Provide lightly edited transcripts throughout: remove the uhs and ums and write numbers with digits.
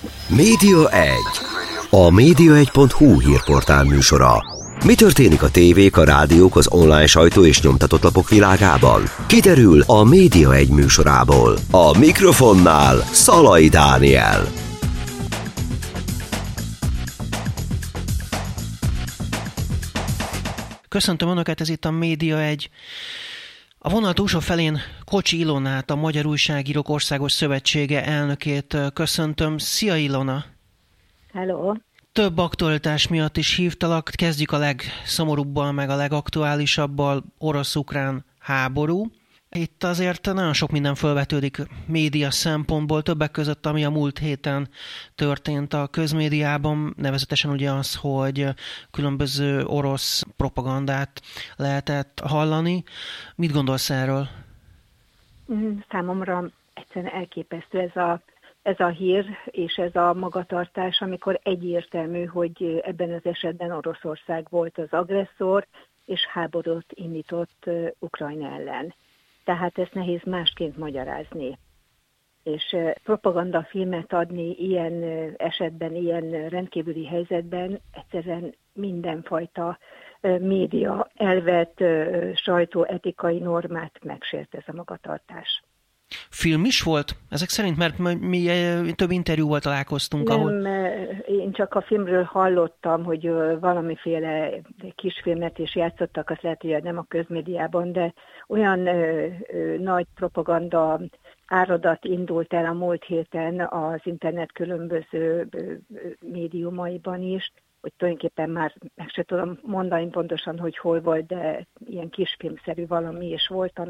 Média 1. A média1.hu hírportál műsora. Mi történik a tévék, a rádiók, az online sajtó és nyomtatott lapok világában? Kiderül a Média 1 műsorából. A mikrofonnál Szalai Dániel. Köszöntöm Önöket, ez itt a Média 1. A vonal túlsó felén Kocsi Ilonát, a Magyar Újságírók Országos Szövetsége elnökét köszöntöm. Szia Ilona! Hello! Több aktualitás miatt is hívtalak. Kezdjük a legszomorúbbal, meg a legaktuálisabbal, orosz-ukrán háború. Itt azért nagyon sok minden felvetődik média szempontból, többek között, ami a múlt héten történt a közmédiában, nevezetesen ugye az, hogy különböző orosz propagandát lehetett hallani. Mit gondolsz erről? Számomra egyszerűen elképesztő ez a hír és ez a magatartás, amikor egyértelmű, hogy ebben az esetben Oroszország volt az agresszor, és háborút indított Ukrajna ellen. Tehát ezt nehéz másként magyarázni. És propagandafilmet adni ilyen esetben, ilyen rendkívüli helyzetben egyszerűen mindenfajta média elvet, sajtóetikai normát megsért ez a magatartás. Film is volt? Ezek szerint, mert mi több interjúval találkoztunk, Nem, ahol... én csak a filmről hallottam, hogy valamiféle kisfilmet is játszottak, azt lehet, hogy nem a közmédiában, de olyan nagy propaganda áradat indult el a múlt héten az internet különböző médiumaiban is, hogy tulajdonképpen már meg se tudom mondani pontosan, hogy hol volt, de ilyen kisfilmszerű valami is volt,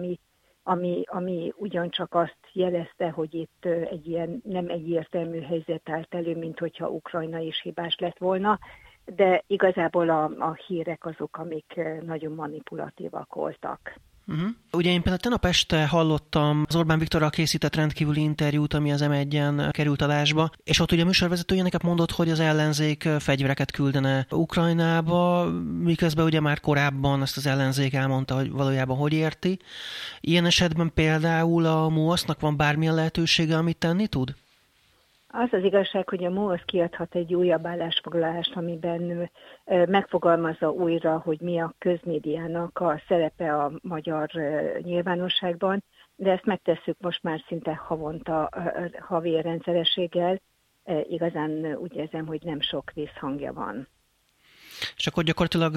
ami ugyancsak azt jelezte, hogy itt egy ilyen nem egyértelmű helyzet állt elő, mint hogyha Ukrajna is hibás lett volna, de igazából a hírek azok, amik nagyon manipulatívak voltak. Ugye én például tegnap este hallottam az Orbán Viktorral készített rendkívüli interjút, ami az M1-en került adásba, és ott ugye a műsorvezetője neked mondott, hogy az ellenzék fegyvereket küldene Ukrajnába, miközben ugye már korábban ezt az ellenzék elmondta, hogy valójában hogy érti. Ilyen esetben például a MOASZ-nak van bármilyen lehetősége, amit tenni tud? Az az igazság, hogy a MOASZ kiadhat egy újabb állásfoglalást, amiben megfogalmazza újra, hogy mi a közmédiának a szerepe a magyar nyilvánosságban, de ezt megtesszük most már szinte havonta, havi rendszerességgel. Igazán úgy érzem, hogy nem sok visszhangja van. És akkor gyakorlatilag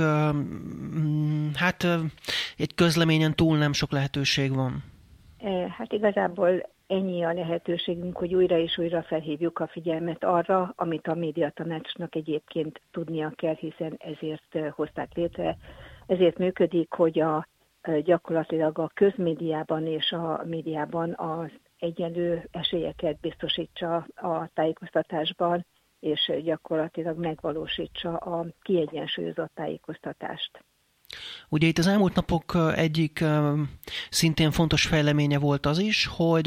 egy közleményen túl nem sok lehetőség van. Hát igazából ennyi a lehetőségünk, hogy újra és újra felhívjuk a figyelmet arra, amit a médiatanácsnak egyébként tudnia kell, hiszen ezért hozták létre. Ezért működik, hogy gyakorlatilag a közmédiában és a médiában az egyenlő esélyeket biztosítsa a tájékoztatásban, és gyakorlatilag megvalósítsa a kiegyensúlyozott tájékoztatást. Ugye itt az elmúlt napok egyik szintén fontos fejleménye volt az is, hogy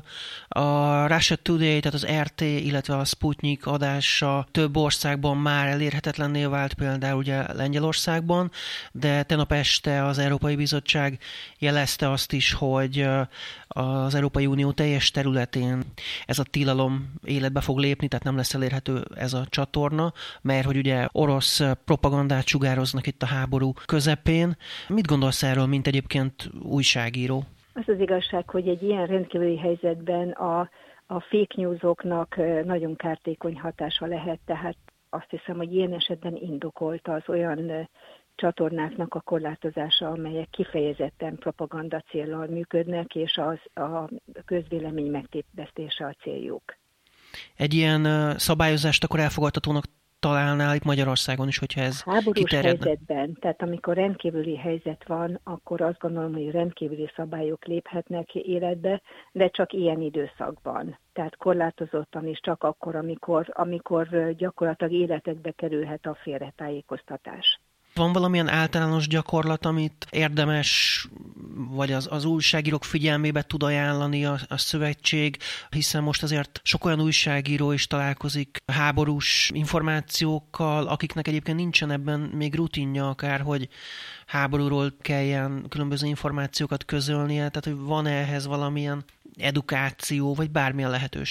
a Russia Today, tehát az RT, illetve a Sputnik adása több országban már elérhetetlenné vált, például ugye Lengyelországban, de tegnap este az Európai Bizottság jelezte azt is, hogy az Európai Unió teljes területén ez a tilalom életbe fog lépni, tehát nem lesz elérhető ez a csatorna, mert hogy ugye orosz propagandát sugároznak itt a háború közepén. Mit gondolsz erről, mint egyébként újságíró? Az az igazság, hogy egy ilyen rendkívüli helyzetben a fake newsoknak nagyon kártékony hatása lehet, tehát azt hiszem, hogy ilyen esetben indokolt az olyan csatornáknak a korlátozása, amelyek kifejezetten propaganda céllal működnek, és a közvélemény megtévesztése a céljuk. Egy ilyen szabályozást akkor elfogadhatónak találnál itt Magyarországon is, hogyha ez háborús kiterjedne? Helyzetben, tehát amikor rendkívüli helyzet van, akkor azt gondolom, hogy rendkívüli szabályok léphetnek életbe, de csak ilyen időszakban. Tehát korlátozottan is csak akkor, amikor gyakorlatilag életekbe kerülhet a félretájékoztatás. Van valamilyen általános gyakorlat, amit érdemes, vagy az újságírók figyelmébe tud ajánlani a szövetség, hiszen most azért sok olyan újságíró is találkozik háborús információkkal, akiknek egyébként nincsen ebben még rutinja akár, hogy háborúról kelljen különböző információkat közölnie, tehát hogy van ehhez valamilyen edukáció, vagy bármilyen lehetőség?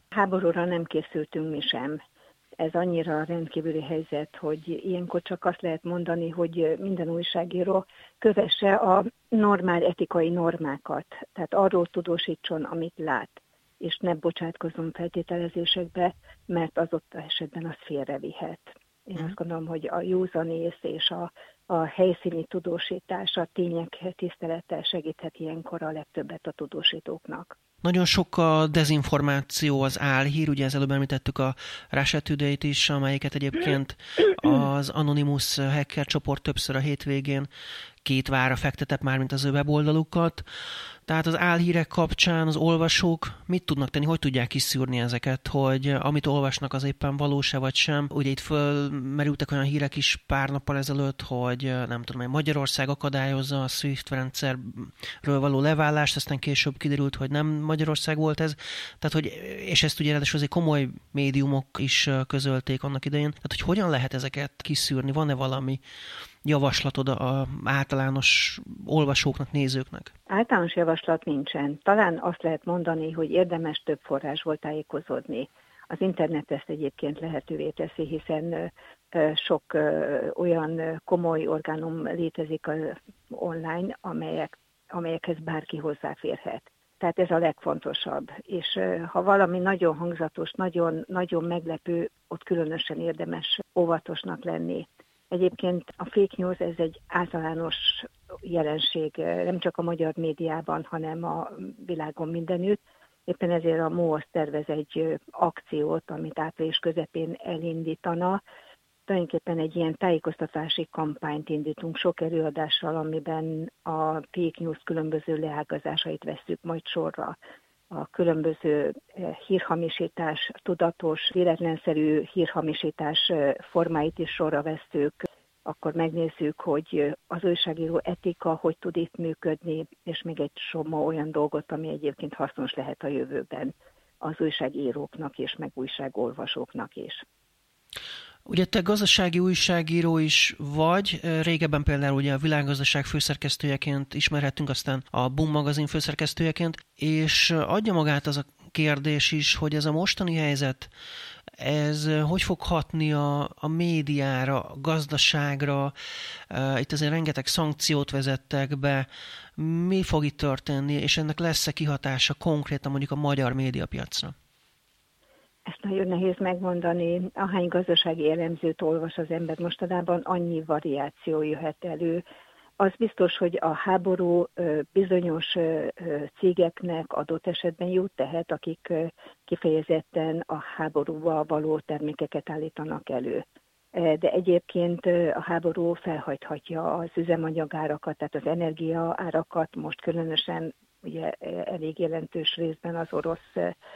Háborúra nem készültünk mi sem. Ez annyira rendkívüli helyzet, hogy ilyenkor csak azt lehet mondani, hogy minden újságíró kövesse a normál etikai normákat, tehát arról tudósítson, amit lát, és ne bocsátkozzon feltételezésekbe, mert az ott esetben az félrevihet. Én azt gondolom, hogy a józanész és a helyszíni tudósítás, a tények tisztelettel segíthet ilyenkor a legtöbbet a tudósítóknak. Nagyon sok a dezinformáció, az álhír, ugye az előbb említettük a Russia Today-t is, amelyiket egyébként az Anonymous hacker csoport többször a hétvégén két vára fektetett már, mint az ő weboldalukat. Tehát az álhírek kapcsán az olvasók mit tudnak tenni, hogy tudják kiszűrni ezeket, hogy amit olvasnak az éppen valós-e vagy sem. Ugye itt fölmerültek olyan hírek is pár nappal ezelőtt, hogy nem tudom, hogy Magyarország akadályozza a SWIFT rendszerről való leválást, aztán később kiderült, hogy nem Magyarország volt ez. Tehát, hogy, és ezt ugye ráadásul azért komoly médiumok is közölték annak idején. Tehát, hogy hogyan lehet ezeket kiszűrni? Van-e valami javaslatod a általános olvasóknak, nézőknek? Általános javaslat nincsen. Talán azt lehet mondani, hogy érdemes több forrásból tájékozódni. Az internet ezt egyébként lehetővé teszi, hiszen sok olyan komoly orgánum létezik online, amelyekhez bárki hozzáférhet. Tehát ez a legfontosabb. És ha valami nagyon hangzatos, nagyon, nagyon meglepő, ott különösen érdemes óvatosnak lenni. Egyébként a fake news ez egy általános jelenség, nem csak a magyar médiában, hanem a világon mindenütt. Éppen ezért a MOASZ tervez egy akciót, amit április közepén elindítana. Tulajdonképpen egy ilyen tájékoztatási kampányt indítunk sok előadással, amiben a fake news különböző leágazásait vesszük majd sorra. A különböző hírhamisítás, tudatos, véletlenszerű hírhamisítás formáit is sorra vesszük. Akkor megnézzük, hogy az újságíró etika hogy tud itt működni, és még egy csomó olyan dolgot, ami egyébként hasznos lehet a jövőben az újságíróknak és meg újságolvasóknak is. Ugye te gazdasági újságíró is vagy, régebben például ugye a Világgazdaság főszerkesztőjeként ismerhettünk, aztán a Boom magazin főszerkesztőjeként, és adja magát az a kérdés is, hogy ez a mostani helyzet, ez hogy fog hatni a médiára, a gazdaságra, itt azért rengeteg szankciót vezettek be, mi fog itt történni, és ennek lesz-e kihatása konkrétan mondjuk a magyar médiapiacra? Ezt nagyon nehéz megmondani. Ahány gazdasági elemzőt olvas az ember mostanában, annyi variáció jöhet elő. Az biztos, hogy a háború bizonyos cégeknek adott esetben jót tehet, akik kifejezetten a háborúba való termékeket állítanak elő. De egyébként a háború felhajthatja az üzemanyagárakat, tehát az energiaárakat, most különösen ugye elég jelentős részben az orosz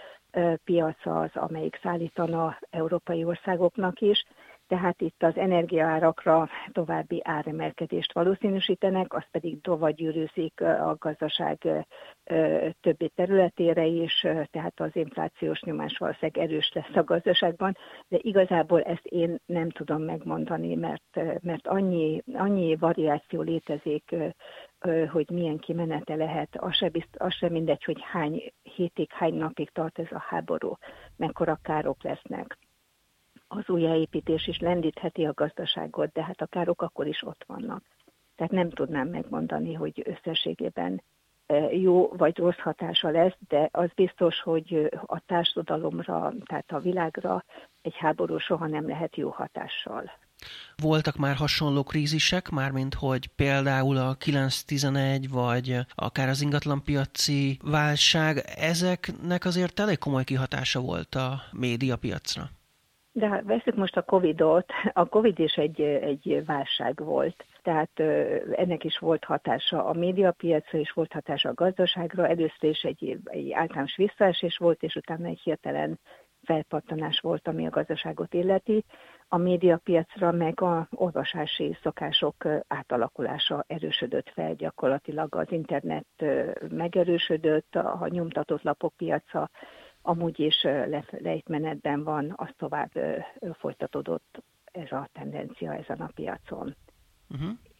piac az, amelyik szállítana európai országoknak is, tehát itt az energiaárakra további áremelkedést valószínűsítenek, az pedig tovagyűrűzik a gazdaság többi területére is, tehát az inflációs nyomás valószínűleg erős lesz a gazdaságban, de igazából ezt én nem tudom megmondani, mert annyi variáció létezik, hogy milyen kimenete lehet, az sem mindegy, hogy hány hétig, hány napig tart ez a háború, mekkora károk lesznek. Az újjáépítés is lendítheti a gazdaságot, de hát a károk akkor is ott vannak. Tehát nem tudnám megmondani, hogy összességében jó vagy rossz hatása lesz, de az biztos, hogy a társadalomra, tehát a világra egy háború soha nem lehet jó hatással. Voltak már hasonló krízisek, mármint hogy például a 9/11 vagy akár az ingatlanpiaci válság, ezeknek azért elég komoly kihatása volt a médiapiacra. De ha veszük most a Covid-ot, a Covid is egy válság volt. Tehát ennek is volt hatása a médiapiacra, és volt hatása a gazdaságra. Először is egy általános visszaesés volt, és utána egy hirtelen felpattanás volt, ami a gazdaságot illeti. A médiapiacra meg a olvasási szokások átalakulása erősödött fel, gyakorlatilag az internet megerősödött, a nyomtatott lapok piaca amúgy is lejtmenetben van, az tovább folytatódott ez a tendencia ezen a piacon.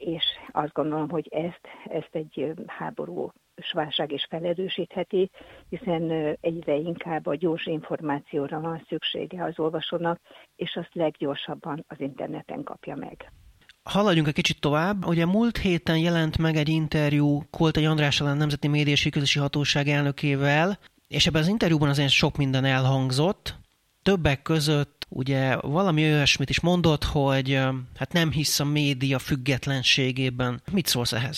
és azt gondolom, hogy ezt egy háborús válság is felerősítheti, hiszen egyre inkább a gyors információra van szüksége az olvasónak, és azt leggyorsabban az interneten kapja meg. Haladjunk egy kicsit tovább. Ugye múlt héten jelent meg egy interjú Koltai Andrással, a Nemzeti Média és Közösségi Hatóság elnökével, és ebben az interjúban azért sok minden elhangzott. Többek között ugye valami olyasmit is mondott, hogy hát nem hisz a média függetlenségében. Mit szólsz ehhez?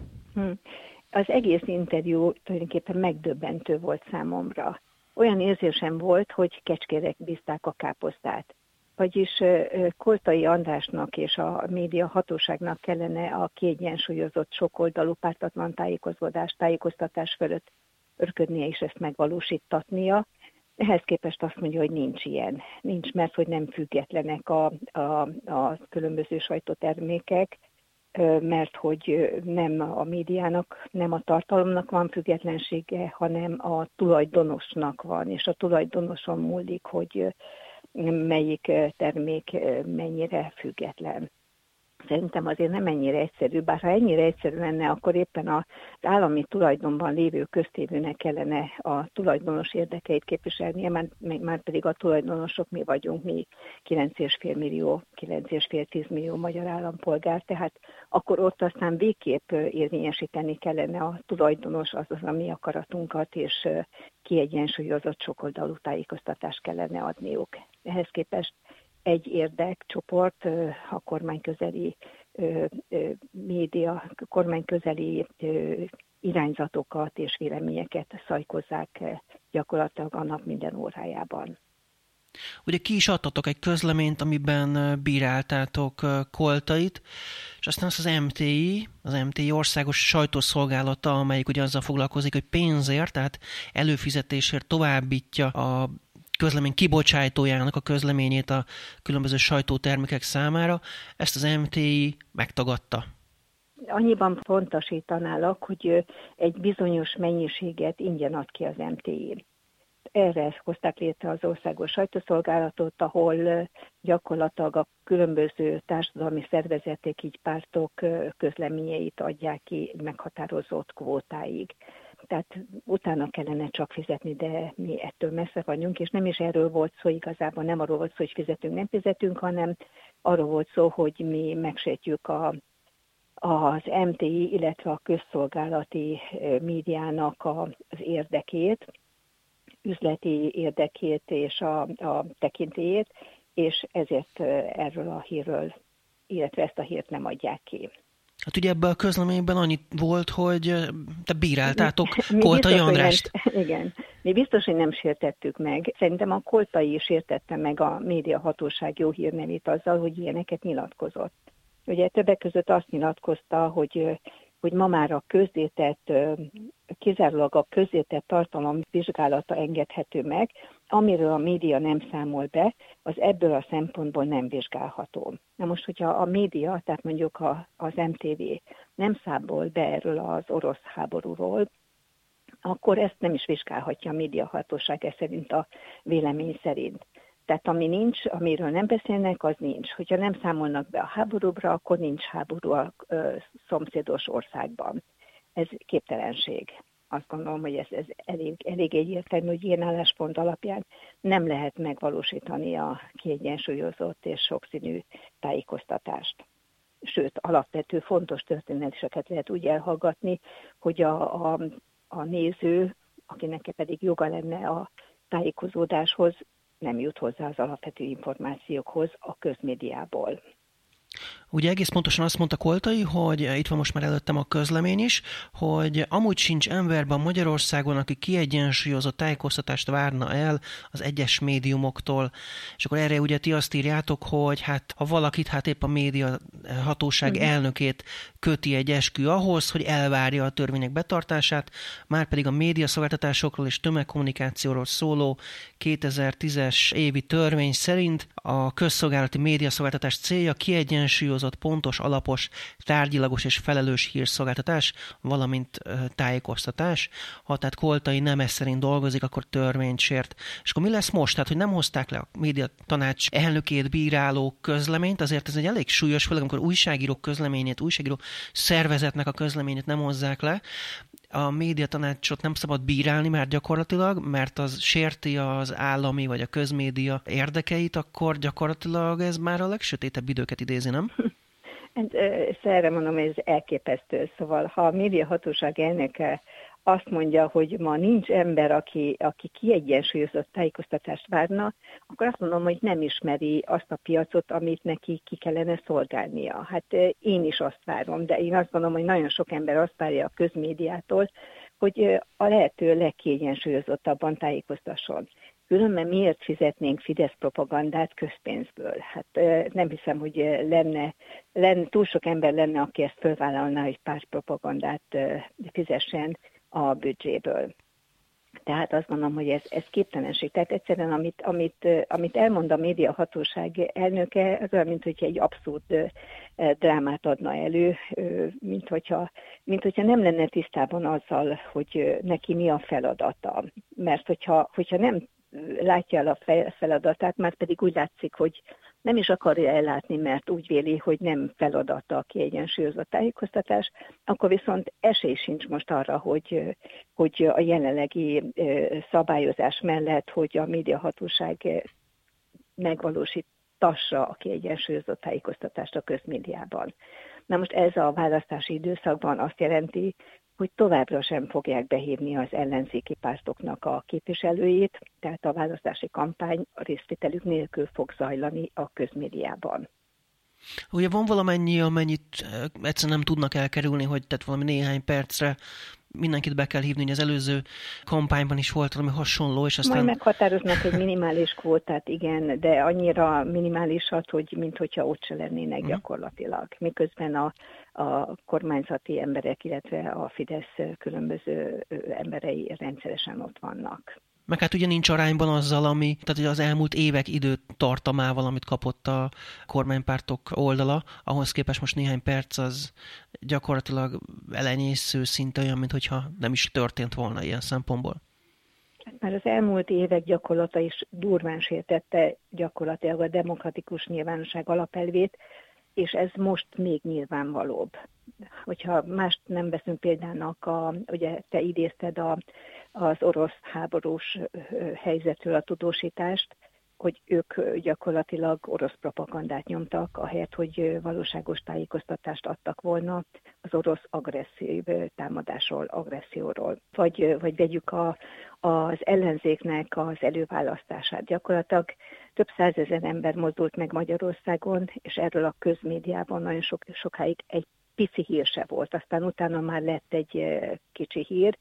Az egész interjú tulajdonképpen megdöbbentő volt számomra. Olyan érzésem volt, hogy kecskére bízták a káposztát. Vagyis Koltai Andrásnak és a média hatóságnak kellene a kiegyensúlyozott, sokoldalú, pártatlan tájékoztatás fölött örködnie és ezt megvalósítatnia. Ehhez képest azt mondja, hogy nincs ilyen. Nincs, mert hogy nem függetlenek a különböző sajtótermékek, mert hogy nem a médiának, nem a tartalomnak van függetlensége, hanem a tulajdonosnak van, és a tulajdonoson múlik, hogy melyik termék mennyire független. Szerintem azért nem ennyire egyszerű, bár ha ennyire egyszerű lenne, akkor éppen az állami tulajdonban lévő köztévőnek kellene a tulajdonos érdekeit képviselnie, már pedig a tulajdonosok mi vagyunk, mi 9,5 millió, 9,5-10 millió magyar állampolgár, tehát akkor ott aztán végképp érvényesíteni kellene a tulajdonos, azaz a mi akaratunkat, és kiegyensúlyozott sokoldalú tájékoztatást kellene adniuk. Ehhez képest egy érdekcsoport, a kormányközeli média, kormányközeli irányzatokat és véleményeket szajkozzák gyakorlatilag a nap minden órájában. Ugye ki is adtatok egy közleményt, amiben bíráltátok Koltait, és aztán az MTI országos sajtószolgálata, amelyik ugye azzal foglalkozik, hogy pénzért, tehát előfizetésért továbbítja a közlemény kibocsátójának a közleményét a különböző sajtótermékek számára. Ezt az MTI megtagadta. Annyiban pontosítanálak, hogy egy bizonyos mennyiséget ingyen ad ki az MTI. Erre hozták létre az országos sajtószolgálatot, ahol gyakorlatilag a különböző társadalmi szervezetek, így pártok közleményeit adják ki meghatározott kvótáig. Tehát utána kellene csak fizetni, de mi ettől messze vagyunk, és nem is erről volt szó, igazából nem arról volt szó, hogy fizetünk, nem fizetünk, hanem arról volt szó, hogy mi megsértjük az MTI, illetve a közszolgálati médiának az érdekét, üzleti érdekét és a tekintélyét, és ezért erről a hírről, illetve ezt a hírt nem adják ki. Hát ugye ebben a közleményben annyi volt, hogy te bíráltátok Koltai Andrást. Igen. Mi biztos, hogy nem sértettük meg. Szerintem a Koltai is sértette meg a médiahatóság jó hírnevét azzal, hogy ilyeneket nyilatkozott. Ugye többek között azt nyilatkozta, hogy ma már a közzétett, kizárólag a közzétett tartalom vizsgálata engedhető meg, amiről a média nem számol be, az ebből a szempontból nem vizsgálható. Na most, hogyha a média, tehát mondjuk az MTV nem számol be erről az orosz háborúról, akkor ezt nem is vizsgálhatja a médiahatóság, ez szerint a vélemény szerint. Tehát ami nincs, amiről nem beszélnek, az nincs. Hogyha nem számolnak be a háborúra, akkor nincs háború a szomszédos országban. Ez képtelenség. Azt gondolom, hogy ez elég egyértelmű, hogy ilyen álláspont alapján nem lehet megvalósítani a kiegyensúlyozott és sokszínű tájékoztatást. Sőt, alapvető fontos történeteket lehet úgy elhallgatni, hogy a néző, akinek pedig joga lenne a tájékozódáshoz, nem jut hozzá az alapvető információkhoz a közmédiából. Ugye egész pontosan azt mondta Koltai, hogy itt van most már előttem a közlemény is, hogy amúgy sincs emberben Magyarországon, aki kiegyensúlyozott tájékoztatást várna el az egyes médiumoktól. És akkor erre ugye ti azt írjátok, hogy hát ha valakit, épp a média hatóság elnökét köti egy eskü ahhoz, hogy elvárja a törvények betartását, márpedig a médiaszolgáltatásokról és tömegkommunikációról szóló 2010-es évi törvény szerint a közszolgálati médiaszolgáltatás célja kiegyensúlyozott határozott, pontos, alapos, tárgyilagos és felelős hírszolgáltatás, valamint tájékoztatás. Ha tehát Koltai nem ez szerint dolgozik, akkor törvényt sért. És akkor mi lesz most? Tehát, hogy nem hozták le a médiatanács elnökét bíráló közleményt, azért ez egy elég súlyos, főleg amikor újságírók közleményét, újságíró szervezetnek a közleményét nem hozzák le. A médiatanácsot nem szabad bírálni már gyakorlatilag, mert az sérti az állami vagy a közmédia érdekeit, akkor gyakorlatilag ez már a legsötétebb időket idézi, nem? Erre mondom, hogy ez elképesztő. Szóval, ha a médiahatóság elnöke azt mondja, hogy ma nincs ember, aki kiegyensúlyozott tájékoztatást várna, akkor azt mondom, hogy nem ismeri azt a piacot, amit neki ki kellene szolgálnia. Hát én is azt várom, de én azt mondom, hogy nagyon sok ember azt várja a közmédiától, hogy a lehető legkiegyensúlyozottabban tájékoztasson. Különben miért fizetnénk Fidesz propagandát közpénzből? Hát nem hiszem, hogy túl sok ember lenne, aki ezt fölvállalná, hogy pártpropagandát fizessen a büdzséből. Tehát azt gondolom, hogy ez képtelenség. Tehát egyszerűen, amit elmond a médiahatóság elnöke, az olyan, mint hogyha egy abszurd drámát adna elő, mint hogyha nem lenne tisztában azzal, hogy neki mi a feladata. Mert hogyha nem látja el a feladatát, már pedig úgy látszik, hogy nem is akarja ellátni, mert úgy véli, hogy nem feladata a kiegyensúlyozott tájékoztatás, akkor viszont esély sincs most arra, hogy a jelenlegi szabályozás mellett, hogy a médiahatóság megvalósítassa a kiegyensúlyozott tájékoztatást a közmédiában. Na most ez a választási időszakban azt jelenti, hogy továbbra sem fogják behívni az ellenzéki pártoknak a képviselőit, tehát a választási kampány részvételük nélkül fog zajlani a közmédiában. Ugye van valamennyi, amennyit egyszerűen nem tudnak elkerülni, hogy tehát valami néhány percre mindenkit be kell hívni, hogy az előző kampányban is volt valami hasonló, és aztán... Majd meghatároznak egy minimális kvótát, igen, de annyira minimálisat, hogy minthogyha ott se lennének gyakorlatilag. Miközben a kormányzati emberek, illetve a Fidesz különböző emberei rendszeresen ott vannak. Meg hát ugye nincs arányban azzal, tehát ugye az elmúlt évek időtartamával, amit kapott a kormánypártok oldala, ahhoz képest most néhány perc az gyakorlatilag elenyésző, szinte olyan, mintha nem is történt volna ilyen szempontból. Már az elmúlt évek gyakorlata is durván sértette gyakorlatilag a demokratikus nyilvánosság alapelvét, és ez most még nyilvánvalóbb. Hogyha mást nem veszünk példának, ugye te idézted az orosz háborús helyzetről a tudósítást, hogy ők gyakorlatilag orosz propagandát nyomtak, ahelyett, hogy valóságos tájékoztatást adtak volna az orosz agresszív támadásról, agresszióról. Vagy vegyük az ellenzéknek az előválasztását. Gyakorlatilag több százezer ember mozdult meg Magyarországon, és erről a közmédiában nagyon sokáig egy pici hír se volt. Aztán utána már lett egy kicsi hír,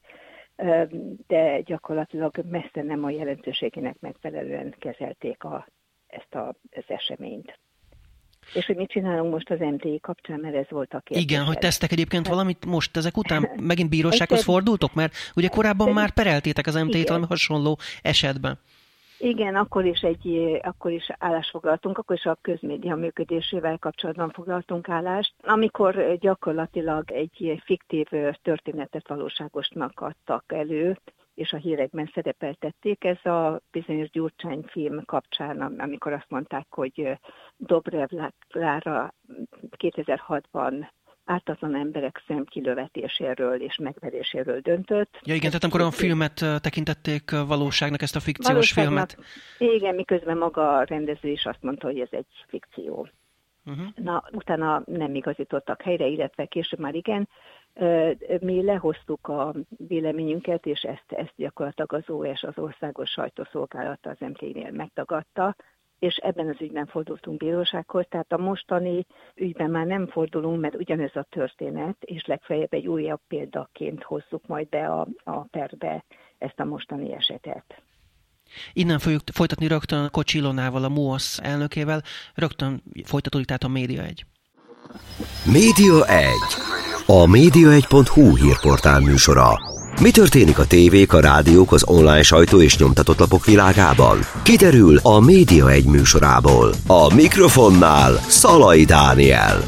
de gyakorlatilag messze nem a jelentőségének megfelelően kezelték ezt az eseményt. És hogy mit csinálunk most az MTI kapcsán, mert ez volt a kérdés. Igen, hogy tesztek egyébként valamit most ezek után megint bírósághoz fordultok? Mert ugye korábban már pereltétek az MTI-t valami hasonló esetben. Igen, akkor is állást foglaltunk, akkor is a közmédia működésével kapcsolatban foglaltunk állást, amikor gyakorlatilag egy fiktív történetet valóságosnak adtak elő, és a hírekben szerepeltették. Ez a bizonyos Gyurcsány film kapcsán, amikor azt mondták, hogy Dobrev Klára 2006-ban ártatlan emberek szemkilövetéséről és megveréséről döntött. Ja igen, tehát amikor a filmet tekintették valóságnak, ezt a fikciós filmet. Igen, miközben maga a rendező is azt mondta, hogy ez egy fikció. Na, utána nem igazítottak helyre, illetve később már igen. Mi lehoztuk a véleményünket, és ezt gyakorlatilag az OS, az Országos Sajtószolgálata az MT-nél megtagadta, és ebben az ügyben fordultunk bírósághoz, tehát a mostani ügyben már nem fordulunk, mert ugyanez a történet, és legfeljebb egy újabb példaként hozzuk majd be a perbe ezt a mostani esetet. Innen fogjuk folytatni rögtön Kocs Ilonával, a MUOSZ elnökével, rögtön folytatódik tehát a Média 1. Média 1. A média1.hu hírportál műsora. Mi történik a tévék, a rádiók, az online sajtó és nyomtatott lapok világában? Kiderül a Média 1 műsorából. A mikrofonnál Szalai Dániel.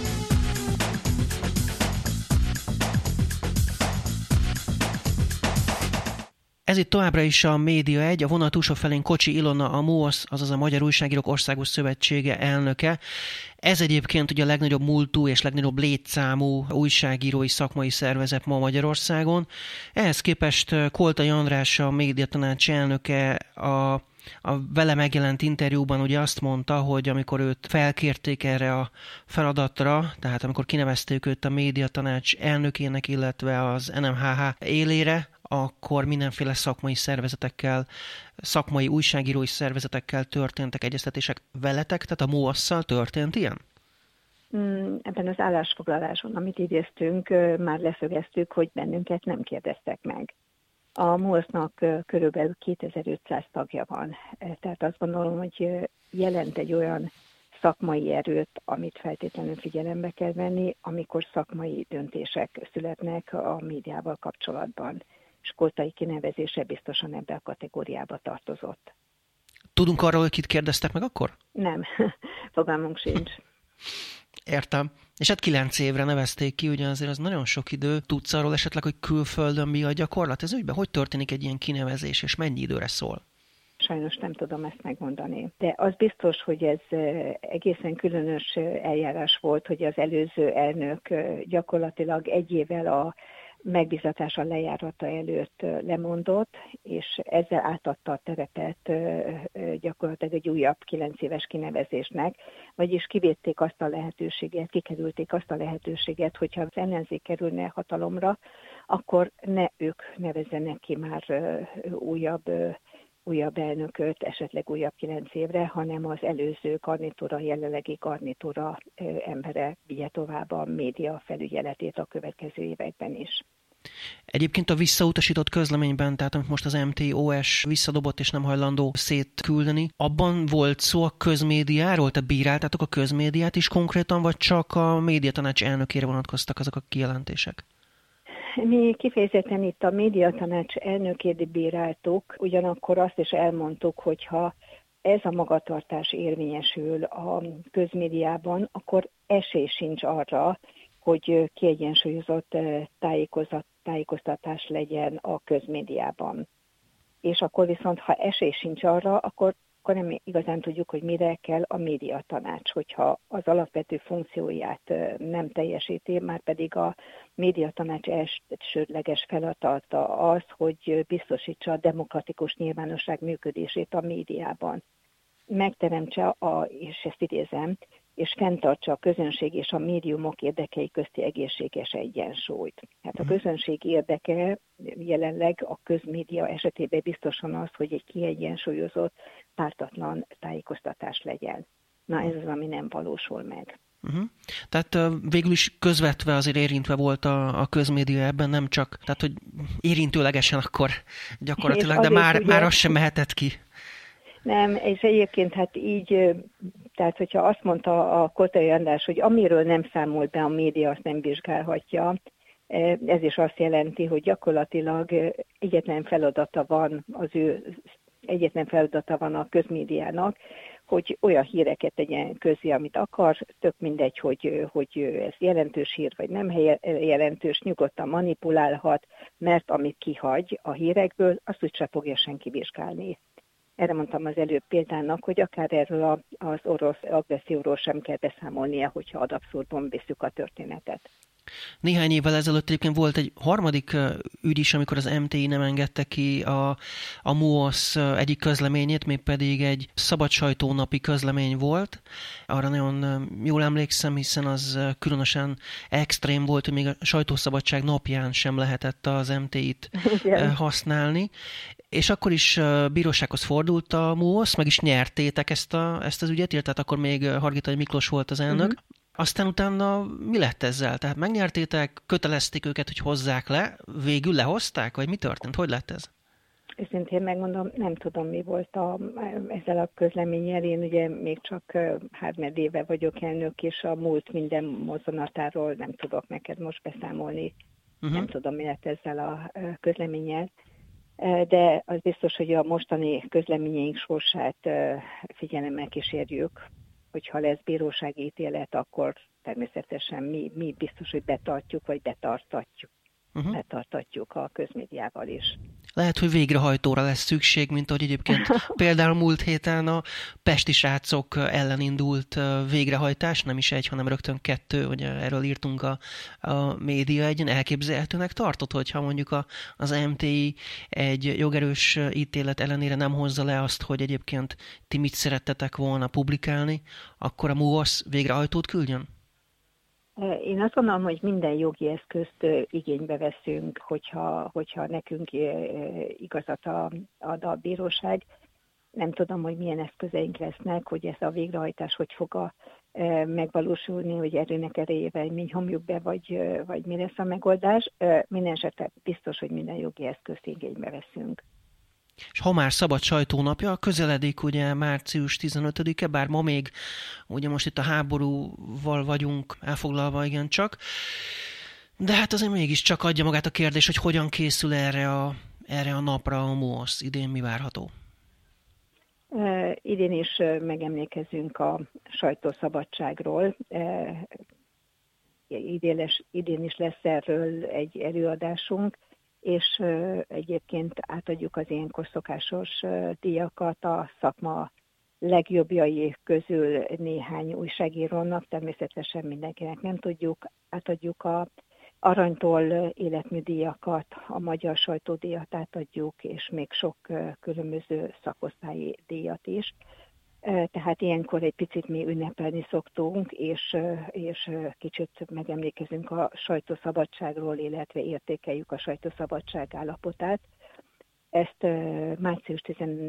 Ez itt továbbra is a Média 1, a vonal túlsó felén Kocsi Ilona, a MUOSZ, azaz a Magyar Újságírók Országos Szövetsége elnöke. Ez egyébként ugye a legnagyobb múltú és legnagyobb létszámú újságírói szakmai szervezet ma Magyarországon. Ehhez képest Koltai András, a Médiatanács elnöke a vele megjelent interjúban ugye azt mondta, hogy amikor őt felkérték erre a feladatra, tehát amikor kinevezték őt a Médiatanács elnökének, illetve az NMHH élére, akkor mindenféle szakmai szervezetekkel, szakmai újságírói szervezetekkel történtek egyeztetések veletek, tehát a MUOSZ-szal történt ilyen? Ebben az állásfoglaláson, amit idéztünk, már leszögeztük, hogy bennünket nem kérdeztek meg. A MUOSZ-nak körülbelül 2500 tagja van, tehát azt gondolom, hogy jelent egy olyan szakmai erőt, amit feltétlenül figyelembe kell venni, amikor szakmai döntések születnek a médiával kapcsolatban. És Koltai kinevezése biztosan ebbe a kategóriába tartozott. Tudunk arról, hogy kit kérdeztek meg akkor? Nem, fogalmunk sincs. Értem. És hát 9 évre nevezték ki, ugye azért az nagyon sok idő. Tudsz arról esetleg, hogy külföldön mi a gyakorlat ez ügyben? Hogy történik egy ilyen kinevezés, és mennyi időre szól? Sajnos nem tudom ezt megmondani. De az biztos, hogy ez egészen különös eljárás volt, hogy az előző elnök gyakorlatilag egy évvel a megbízatása lejárata előtt lemondott, és ezzel átadta a terepet gyakorlatilag egy újabb 9 éves kinevezésnek, vagyis kivédték azt a lehetőséget, kikerülték azt a lehetőséget, hogyha az ellenzék kerülne hatalomra, akkor ne ők nevezzenek ki már újabb elnököt, esetleg újabb 9 évre, hanem az előző garnitúra, jelenlegi garnitúra embere vigye tovább a média felügyeletét a következő években is. Egyébként a visszautasított közleményben, tehát amit most az MTOS visszadobott és nem hajlandó szétküldeni, abban volt szó a közmédiáról? Tehát bíráltátok a közmédiát is konkrétan, vagy csak a Médiatanács elnökére vonatkoztak azok a kijelentések? Mi kifejezetten itt a Médiatanács elnökét bíráltuk, ugyanakkor azt is elmondtuk, hogyha ez a magatartás érvényesül a közmédiában, akkor esély sincs arra, hogy kiegyensúlyozott tájékoztatás legyen a közmédiában. És akkor viszont, ha esély sincs arra, akkor nem igazán tudjuk, hogy mire kell a médiatanács, hogyha az alapvető funkcióját nem teljesíti, már pedig a médiatanács elsődleges feladata az, hogy biztosítsa a demokratikus nyilvánosság működését a médiában. Megteremtse, és ezt idézem, és fenntartsa a közönség és a médiumok érdekei közti egészséges egyensúlyt. Hát a közönség érdeke jelenleg a közmédia esetében biztosan az, hogy egy kiegyensúlyozott, pártatlan tájékoztatás legyen. Na ez az, ami nem valósul meg. Tehát végül is közvetve azért érintve volt a közmédia ebben, nem csak, tehát hogy érintőlegesen akkor gyakorlatilag, de már az sem mehetett ki. Nem, és egyébként hát így, tehát hogyha azt mondta a Koltai András, hogy amiről nem számolt be a média, azt nem vizsgálhatja, ez is azt jelenti, hogy gyakorlatilag egyetlen feladata van a közmédiának, hogy olyan híreket tegyen közé, amit akar, tök mindegy, hogy ez jelentős hír, vagy nem jelentős, nyugodtan manipulálhat, mert amit kihagy a hírekből, azt úgyse fogja senki vizsgálni. Erre mondtam az előbb példának, hogy akár erről az orosz agresszióról sem kell beszámolnia, hogyha ad abszurdum visszük a történetet. Néhány évvel ezelőtt egyébként volt egy harmadik ügy is, amikor az MTI nem engedte ki a MUOSZ egyik közleményét, mégpedig egy szabadsajtónapi közlemény volt. Arra nagyon jól emlékszem, hiszen az különösen extrém volt, hogy még a sajtószabadság napján sem lehetett az MTI-t használni. És akkor is bírósághoz fordult a MUOSZ, meg is nyertétek ezt az ügyet, tehát akkor még Hargitai Miklós volt az elnök. Aztán utána mi lett ezzel? Tehát megnyertétek, kötelezték őket, hogy hozzák le, végül lehozták, vagy mi történt? Hogy lett ez? Őszintén megmondom, nem tudom, mi volt ezzel a közleménnyel. Én ugye még csak 3 éve vagyok elnök, és a múlt minden mozzanatáról nem tudok neked most beszámolni. Nem tudom, mi lett ezzel a közleménnyel, de az biztos, hogy a mostani közleményeink sorsát figyelemmel kísérjük, hogyha lesz bírósági ítélet, akkor természetesen mi biztos, hogy betartjuk, vagy betartatjuk a közmédiával is. Lehet, hogy végrehajtóra lesz szükség, mint ahogy egyébként például múlt héten a pesti srácok ellen indult végrehajtás, nem is egy, hanem rögtön 2, ugye erről írtunk a Média Egyen. Elképzelhetőnek tartott, hogyha mondjuk az MTI egy jogerős ítélet ellenére nem hozza le azt, hogy egyébként ti mit szerettetek volna publikálni, akkor a MUOSZ végrehajtót küldjön? Én azt gondolom, hogy minden jogi eszközt igénybe veszünk, hogyha nekünk igazat ad a bíróság. Nem tudom, hogy milyen eszközeink lesznek, hogy ez a végrehajtás hogy fog megvalósulni, hogy erőnek erejével mi nyomjuk be, vagy mi lesz a megoldás. Minden esetre biztos, hogy minden jogi eszközt igénybe veszünk. És ha már szabad sajtónapja, közeledik ugye március 15-e, bár ma még, ugye most itt a háborúval vagyunk elfoglalva igencsak, de hát azért mégiscsak adja magát a kérdés, hogy hogyan készül erre a napra a MUOSZ, idén mi várható? Idén is megemlékezünk a sajtószabadságról. Idén is lesz erről egy előadásunk, és egyébként átadjuk az ilyenkor szokásos díjakat a szakma legjobbjai közül néhány újságírónak, természetesen mindenkinek nem tudjuk, átadjuk a aranytól életműdíjakat, a magyar sajtódíjat átadjuk, és még sok különböző szakosztályi díjat is. Tehát ilyenkor egy picit mi ünnepelni szoktunk, és kicsit megemlékezünk a sajtószabadságról, illetve értékeljük a sajtószabadság állapotát. Ezt március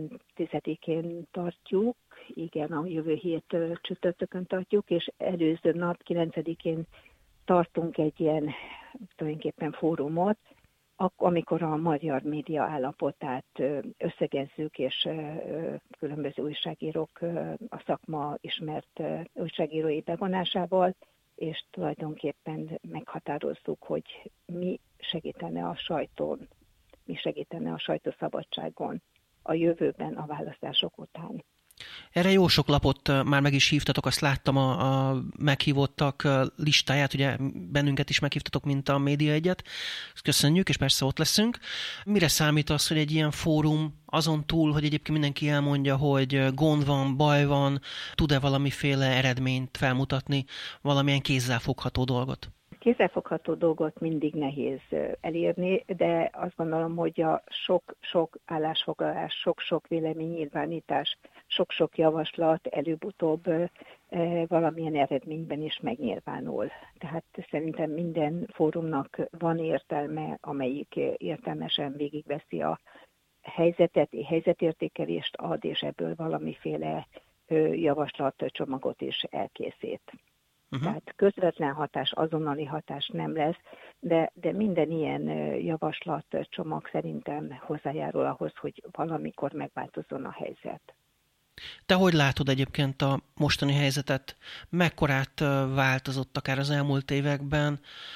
10-én tartjuk, igen, a jövő hét csütörtökön tartjuk, és előző nap 9-én tartunk egy ilyen tulajdonképpen fórumot, amikor a magyar média állapotát összegezzük, és különböző újságírók a szakma ismert újságírói bevonásával, és tulajdonképpen meghatározzuk, hogy mi segítene a sajtón, mi segítene a sajtószabadságon a jövőben, a választások után. Erre jó sok lapot már meg is hívtatok, azt láttam a meghívottak listáját, ugye bennünket is meghívtatok, mint a Média Egyet. Ezt köszönjük, és persze ott leszünk. Mire számít az, hogy egy ilyen fórum azon túl, hogy egyébként mindenki elmondja, hogy gond van, baj van, tud-e valamiféle eredményt felmutatni, valamilyen kézzelfogható dolgot? Kézzelfogható dolgot mindig nehéz elérni, de azt gondolom, hogy a sok állásfoglalás, sok véleménynyilvánítás, sok javaslat előbb-utóbb valamilyen eredményben is megnyilvánul. Tehát szerintem minden fórumnak van értelme, amelyik értelmesen végigveszi a helyzetet, helyzetértékelést ad, és ebből valamiféle javaslatcsomagot is elkészít. Tehát közvetlen hatás, azonnali hatás nem lesz, de minden ilyen javaslatcsomag szerintem hozzájárul ahhoz, hogy valamikor megváltozzon a helyzet. Te hogy látod egyébként a mostani helyzetet? Mekkorát változott akár az elmúlt években?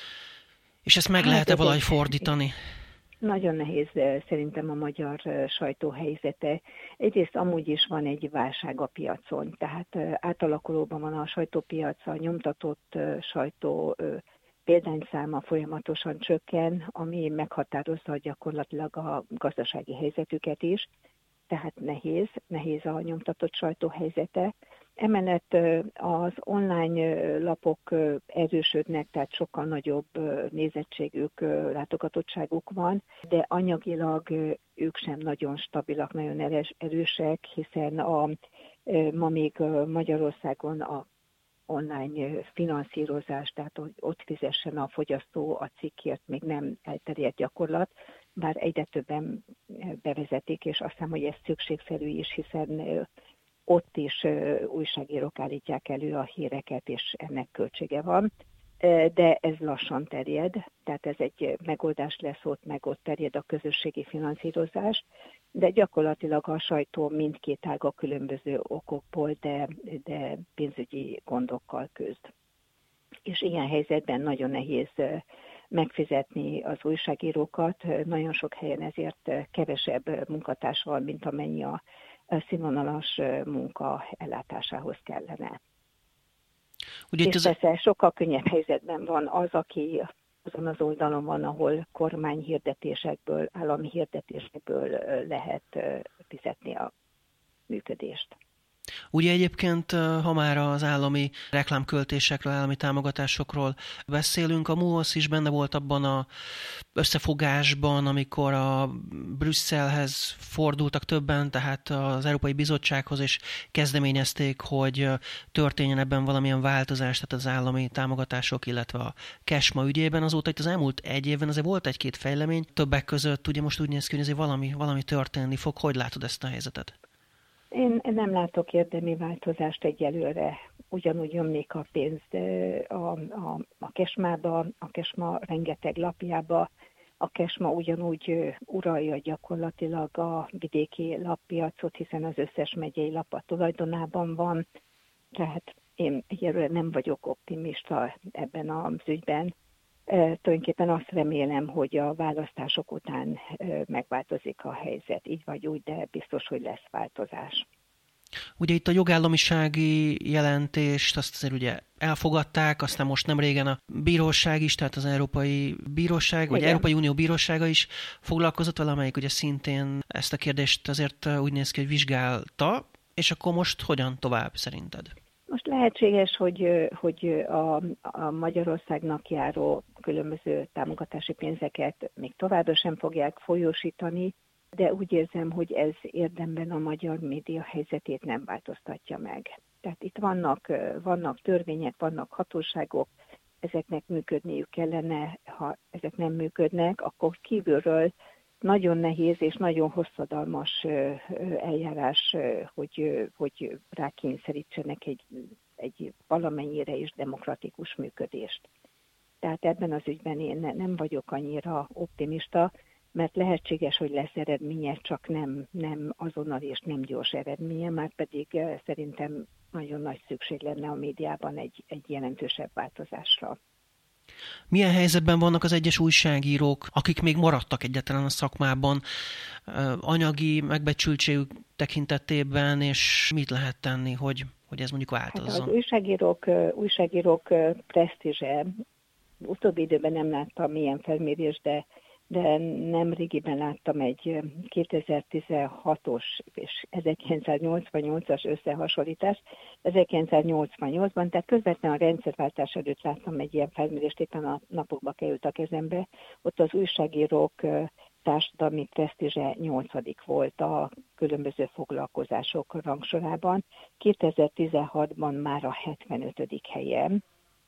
És ezt meg lehet-e valahogy fordítani? Nagyon nehéz szerintem a magyar sajtó helyzete. Egyrészt amúgy is van egy válság a piacon, tehát átalakulóban van a sajtópiac, a nyomtatott sajtó példányszáma folyamatosan csökken, ami meghatározza gyakorlatilag a gazdasági helyzetüket is, tehát nehéz a nyomtatott sajtó helyzete. Emellett az online lapok erősödnek, tehát sokkal nagyobb nézettségük, látogatottságuk van, de anyagilag ők sem nagyon stabilak, nagyon erősek, hiszen ma még Magyarországon a online finanszírozás, tehát hogy ott fizessen a fogyasztó a cikkért, még nem elterjedt gyakorlat, bár egyre többen bevezetik, és azt hiszem, hogy ez szükségszerű is, hiszen ott is újságírók állítják elő a híreket, és ennek költsége van, de ez lassan terjed, tehát ez egy megoldás lesz ott, meg ott terjed a közösségi finanszírozás, de gyakorlatilag a sajtó mindkét ága különböző okokból, de pénzügyi gondokkal küzd. És ilyen helyzetben nagyon nehéz megfizetni az újságírókat. Nagyon sok helyen ezért kevesebb munkatárs van, mint amennyi a színvonalas munka ellátásához kellene. Ugye és persze sokkal könnyebb helyzetben van az, aki azon az oldalon van, ahol kormányhirdetésekből, állami hirdetésekből lehet fizetni a működést. Ugye egyébként, ha már az állami reklámköltésekről, állami támogatásokról beszélünk, a MUOSZ is benne volt abban az összefogásban, amikor a Brüsszelhez fordultak többen, tehát az Európai Bizottsághoz, és kezdeményezték, hogy történjen ebben valamilyen változás, tehát az állami támogatások, illetve a KESMA ügyében. Azóta itt az elmúlt egy évben azért volt egy-két fejlemény, többek között ugye most úgy néz ki, hogy azért valami történni fog. Hogy látod ezt a helyzetet? Én nem látok érdemi változást egyelőre. Ugyanúgy jönnék a pénz a KESMA-ba, a KESMA rengeteg lapjába, a KESMA ugyanúgy uralja gyakorlatilag a vidéki lappiacot, hiszen az összes megyei lap a tulajdonában van. Tehát én egyelőre nem vagyok optimista ebben az ügyben. Tulajdonképpen azt remélem, hogy a választások után megváltozik a helyzet, így vagy úgy, de biztos, hogy lesz változás. Ugye itt a jogállamisági jelentést azt azért ugye elfogadták, aztán most nem régen a bíróság is, tehát az Európai Bíróság, vagy Európai Unió Bírósága is foglalkozott vele, amelyik ugye szintén ezt a kérdést azért úgy néz ki, hogy vizsgálta, és akkor most hogyan tovább szerinted? Most lehetséges, hogy a Magyarországnak járó különböző támogatási pénzeket még továbbra sem fogják folyósítani, de úgy érzem, hogy ez érdemben a magyar média helyzetét nem változtatja meg. Tehát itt vannak törvények, vannak hatóságok, ezeknek működniük kellene, ha ezek nem működnek, akkor kívülről nagyon nehéz és nagyon hosszadalmas eljárás, hogy rákényszerítsenek egy valamennyire is demokratikus működést. Tehát ebben az ügyben én nem vagyok annyira optimista, mert lehetséges, hogy lesz eredménye, csak nem azonnal és nem gyors eredménye, már pedig szerintem nagyon nagy szükség lenne a médiában egy jelentősebb változásra. Milyen helyzetben vannak az egyes újságírók, akik még maradtak egyáltalán a szakmában, anyagi megbecsültségük tekintetében, és mit lehet tenni, hogy ez mondjuk változzon? Hát az újságírók presztízse, utóbbi időben nem láttam milyen felmérés, de nem régiben láttam egy 2016-os és 1988-as összehasonlítást. 1988-ban, tehát közvetlenül a rendszerváltás előtt láttam egy ilyen felmérést, éppen a napokba került a kezembe. Ott az újságírók társadalmi presztízse 8. volt a különböző foglalkozások rangsorában. 2016-ban már a 75. helyen.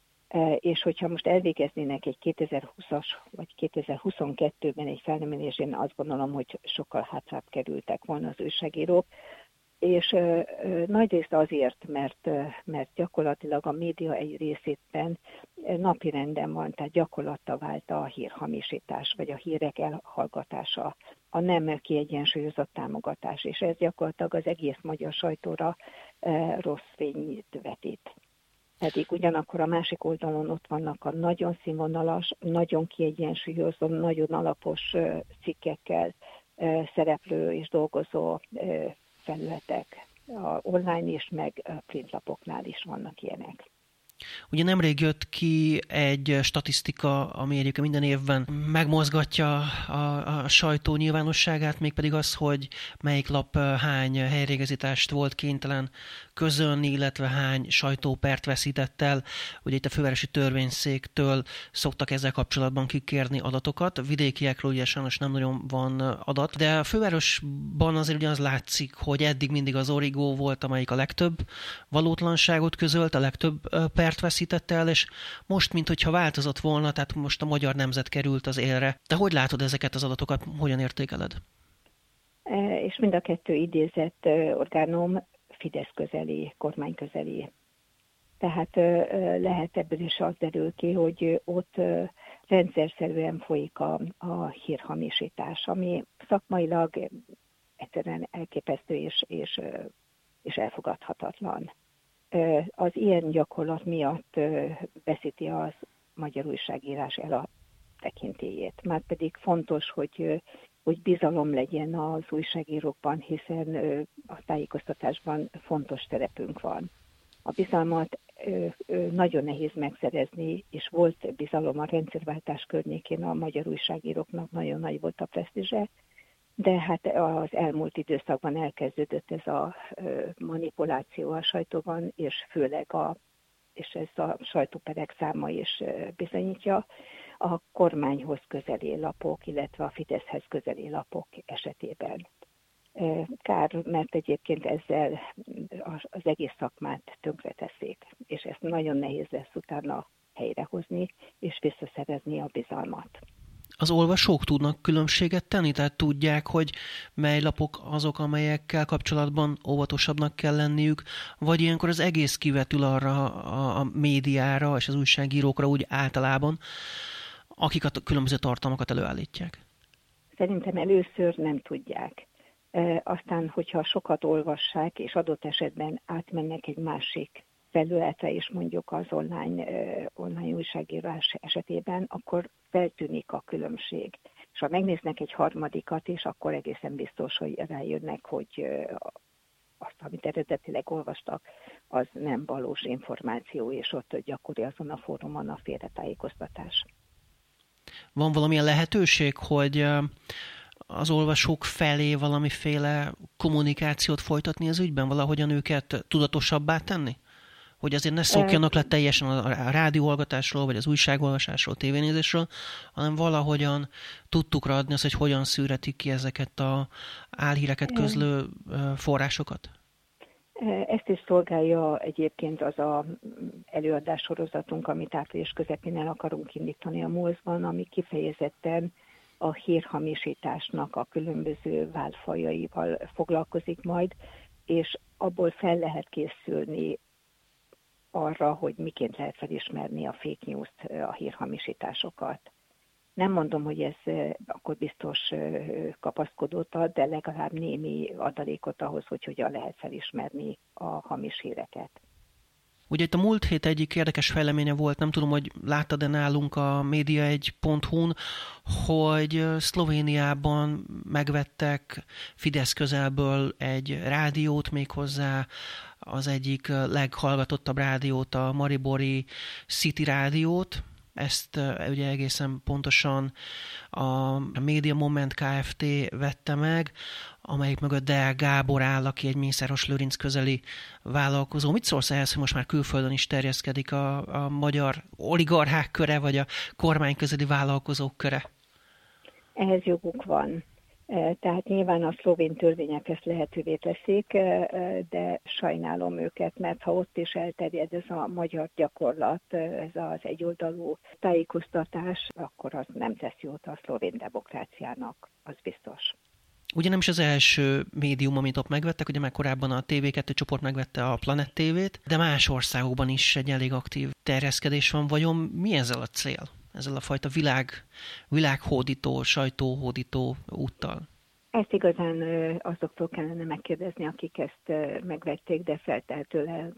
És hogyha most elvégeznének egy 2020-as vagy 2022-ben egy felmérést, én azt gondolom, hogy sokkal hátrább kerültek volna az újságírók, és nagyrészt azért, mert gyakorlatilag a média egy részében napirenden van, tehát gyakorlattá vált a hírhamisítás, vagy a hírek elhallgatása, a nem kiegyensúlyozott támogatás, és ez gyakorlatilag az egész magyar sajtóra rossz fényt vetít. Pedig ugyanakkor a másik oldalon ott vannak a nagyon színvonalas, nagyon kiegyensúlyozó, nagyon alapos cikkekkel szereplő és dolgozó felületek. A online is, meg printlapoknál is vannak ilyenek. Ugye nemrég jött ki egy statisztika, ami egyébként minden évben megmozgatja a sajtó nyilvánosságát, mégpedig az, hogy melyik lap hány helyrégezítást volt kénytelen közölni, illetve hány sajtópert veszített el. Ugye itt a fővárosi törvényszéktől szoktak ezzel kapcsolatban kikérni adatokat. Vidékiekről ugye sajnos nem nagyon van adat, de a fővárosban azért ugye az látszik, hogy eddig mindig az Origo volt, amelyik a legtöbb valótlanságot közölt, a legtöbb pert veszítette el, és most, minthogyha változott volna, tehát most a Magyar Nemzet került az élre. De hogy látod ezeket az adatokat, hogyan értékeled? És mind a kettő idézett orgánum Fidesz közeli, kormány közeli. Tehát lehet ebből is az derül ki, hogy ott rendszerszerűen folyik a hírhamisítás, ami szakmailag egyszerűen elképesztő és elfogadhatatlan. Az ilyen gyakorlat miatt veszíti az magyar újságírás el tekintélyét. Márpedig fontos, hogy bizalom legyen az újságírókban, hiszen a tájékoztatásban fontos szerepünk van. A bizalmat nagyon nehéz megszerezni, és volt bizalom a rendszerváltás környékén, a magyar újságíróknak nagyon nagy volt a presztízse, de hát az elmúlt időszakban elkezdődött ez a manipuláció a sajtóban, és főleg és ez a sajtóperek száma is bizonyítja, a kormányhoz közeli lapok, illetve a Fideszhez közeli lapok esetében. Kár, mert egyébként ezzel az egész szakmát tönkreteszik, és ezt nagyon nehéz lesz utána helyrehozni, és visszaszerezni a bizalmat. Az olvasók tudnak különbséget tenni? Tehát tudják, hogy mely lapok azok, amelyekkel kapcsolatban óvatosabbnak kell lenniük, vagy ilyenkor az egész kivetül arra a médiára és az újságírókra úgy általában, akik a különböző tartalmakat előállítják? Szerintem először nem tudják. Aztán, hogyha sokat olvassák, és adott esetben átmennek egy másik felületre is, mondjuk az online újságírás esetében, akkor feltűnik a különbség. És ha megnéznek egy harmadikat is, akkor egészen biztos, hogy rájönnek, hogy azt, amit eredetileg olvastak, az nem valós információ, és ott gyakori azon a fórumon a félretájékoztatás. Van valamilyen lehetőség, hogy az olvasók felé valamiféle kommunikációt folytatni az ügyben? Valahogyan őket tudatosabbá tenni? Hogy azért ne szokjanak le teljesen a rádióhallgatásról, vagy az újságolvasásról, tévénézésről, hanem valahogyan tudtukra adni azt, hogy hogyan szűretik ki ezeket az álhíreket közlő forrásokat? Ezt is szolgálja egyébként az a előadássorozatunk, amit április közepén el akarunk indítani a MULS-ban, ami kifejezetten a hírhamisításnak a különböző válfajaival foglalkozik majd, és abból fel lehet készülni arra, hogy miként lehet felismerni a fake news-t, a hírhamisításokat. Nem mondom, hogy ez akkor biztos kapaszkodót ad, de legalább némi adalékot ahhoz, hogy hogyan lehet felismerni a hamis híreket. Ugye itt a múlt hét egyik érdekes fejleménye volt, nem tudom, hogy láttad-e nálunk a media1.hu-n, hogy Szlovéniában megvettek Fidesz közelből egy rádiót, méghozzá az egyik leghallgatottabb rádiót, a maribori City rádiót. Ezt ugye egészen pontosan a Media Moment Kft. Vette meg, amelyik mögött Deák Gábor áll, aki egy Mészáros Lőrinc közeli vállalkozó. Mit szólsz ehhez, hogy most már külföldön is terjeszkedik a magyar oligarchák köre, vagy a kormány közeli vállalkozók köre? Ehhez joguk van. Tehát nyilván a szlovén törvények ezt lehetővé teszik, de sajnálom őket, mert ha ott is elterjed ez a magyar gyakorlat, ez az egyoldalú tájékoztatás, akkor az nem tesz jót a szlovén demokráciának, az biztos. Ugye nem is az első médium, amit ott megvettek, ugye már korábban a TV2 csoport megvette a Planet TV-t, de más országokban is egy elég aktív terjeszkedés van. Vajon mi ezzel a cél? Ezzel a fajta világhódító, sajtóhódító úttal? Ezt igazán azoktól kellene megkérdezni, akik ezt megvették, de feltehetőleg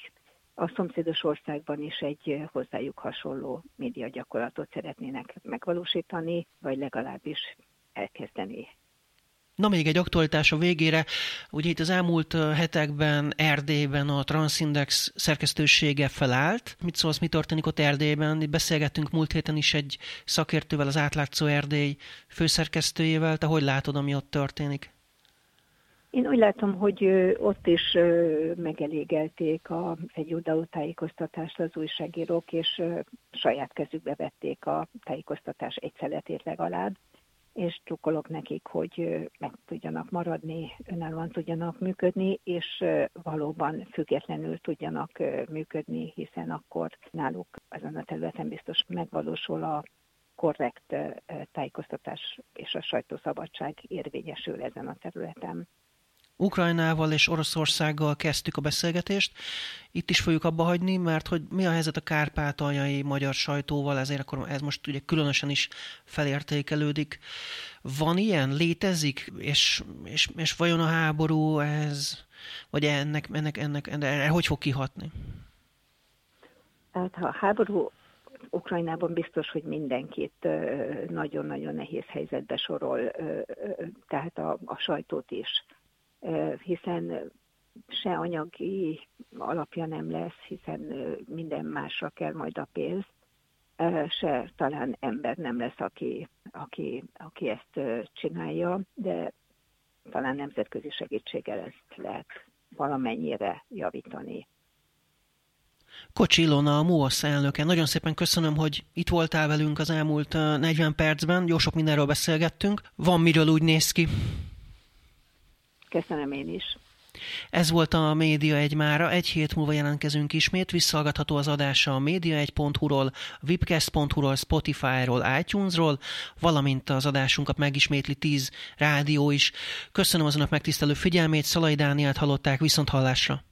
a szomszédos országban is egy hozzájuk hasonló médiagyakorlatot szeretnének megvalósítani, vagy legalábbis elkezdeni. Na még egy aktualitás a végére. Ugye itt az elmúlt hetekben Erdélyben a Transindex szerkesztősége felállt. Mit szólsz, mi történik ott Erdélyben? Itt beszélgettünk múlt héten is egy szakértővel, az Átlátszó Erdély főszerkesztőjével. Te hogy látod, ami ott történik? Én úgy látom, hogy ott is megelégelték az egyoldalú tájékoztatást az újságírók, és saját kezükbe vették a tájékoztatás egy szeletét legalább, és drukkolok nekik, hogy meg tudjanak maradni, önállóan tudjanak működni, és valóban függetlenül tudjanak működni, hiszen akkor náluk ezen a területen biztos megvalósul a korrekt tájékoztatás és a sajtószabadság érvényesül ezen a területen. Ukrajnával és Oroszországgal kezdtük a beszélgetést. Itt is fogjuk abba hagyni, mert hogy mi a helyzet a kárpátaljai magyar sajtóval, ezért akkor ez most ugye különösen is felértékelődik. Van ilyen? Létezik? És vajon a háború ez, vagy ennek hogy fog kihatni? Hát ha a háború Ukrajnában biztos, hogy mindenkit nagyon-nagyon nehéz helyzetbe sorol, tehát a sajtót is, hiszen se anyagi alapja nem lesz, hiszen minden másra kell majd a pénz, se talán ember nem lesz, aki ezt csinálja, de talán nemzetközi segítséggel ezt lehet valamennyire javítani. Kocsi Ilona, a MUOSZ elnöke. Nagyon szépen köszönöm, hogy itt voltál velünk az elmúlt 40 percben. Jó sok mindenről beszélgettünk. Van miről, úgy néz ki. Köszönöm én is. Ez volt a Média 1 mára. Egy hét múlva jelentkezünk ismét. Visszahallgatható az adása a média1.hu-ról, webcast.hu-ról, Spotify-ról, iTunes-ról, valamint az adásunkat megismétli 10 rádió is. Köszönöm az önök megtisztelő figyelmét. Szalai Dánielt hallották, viszont hallásra.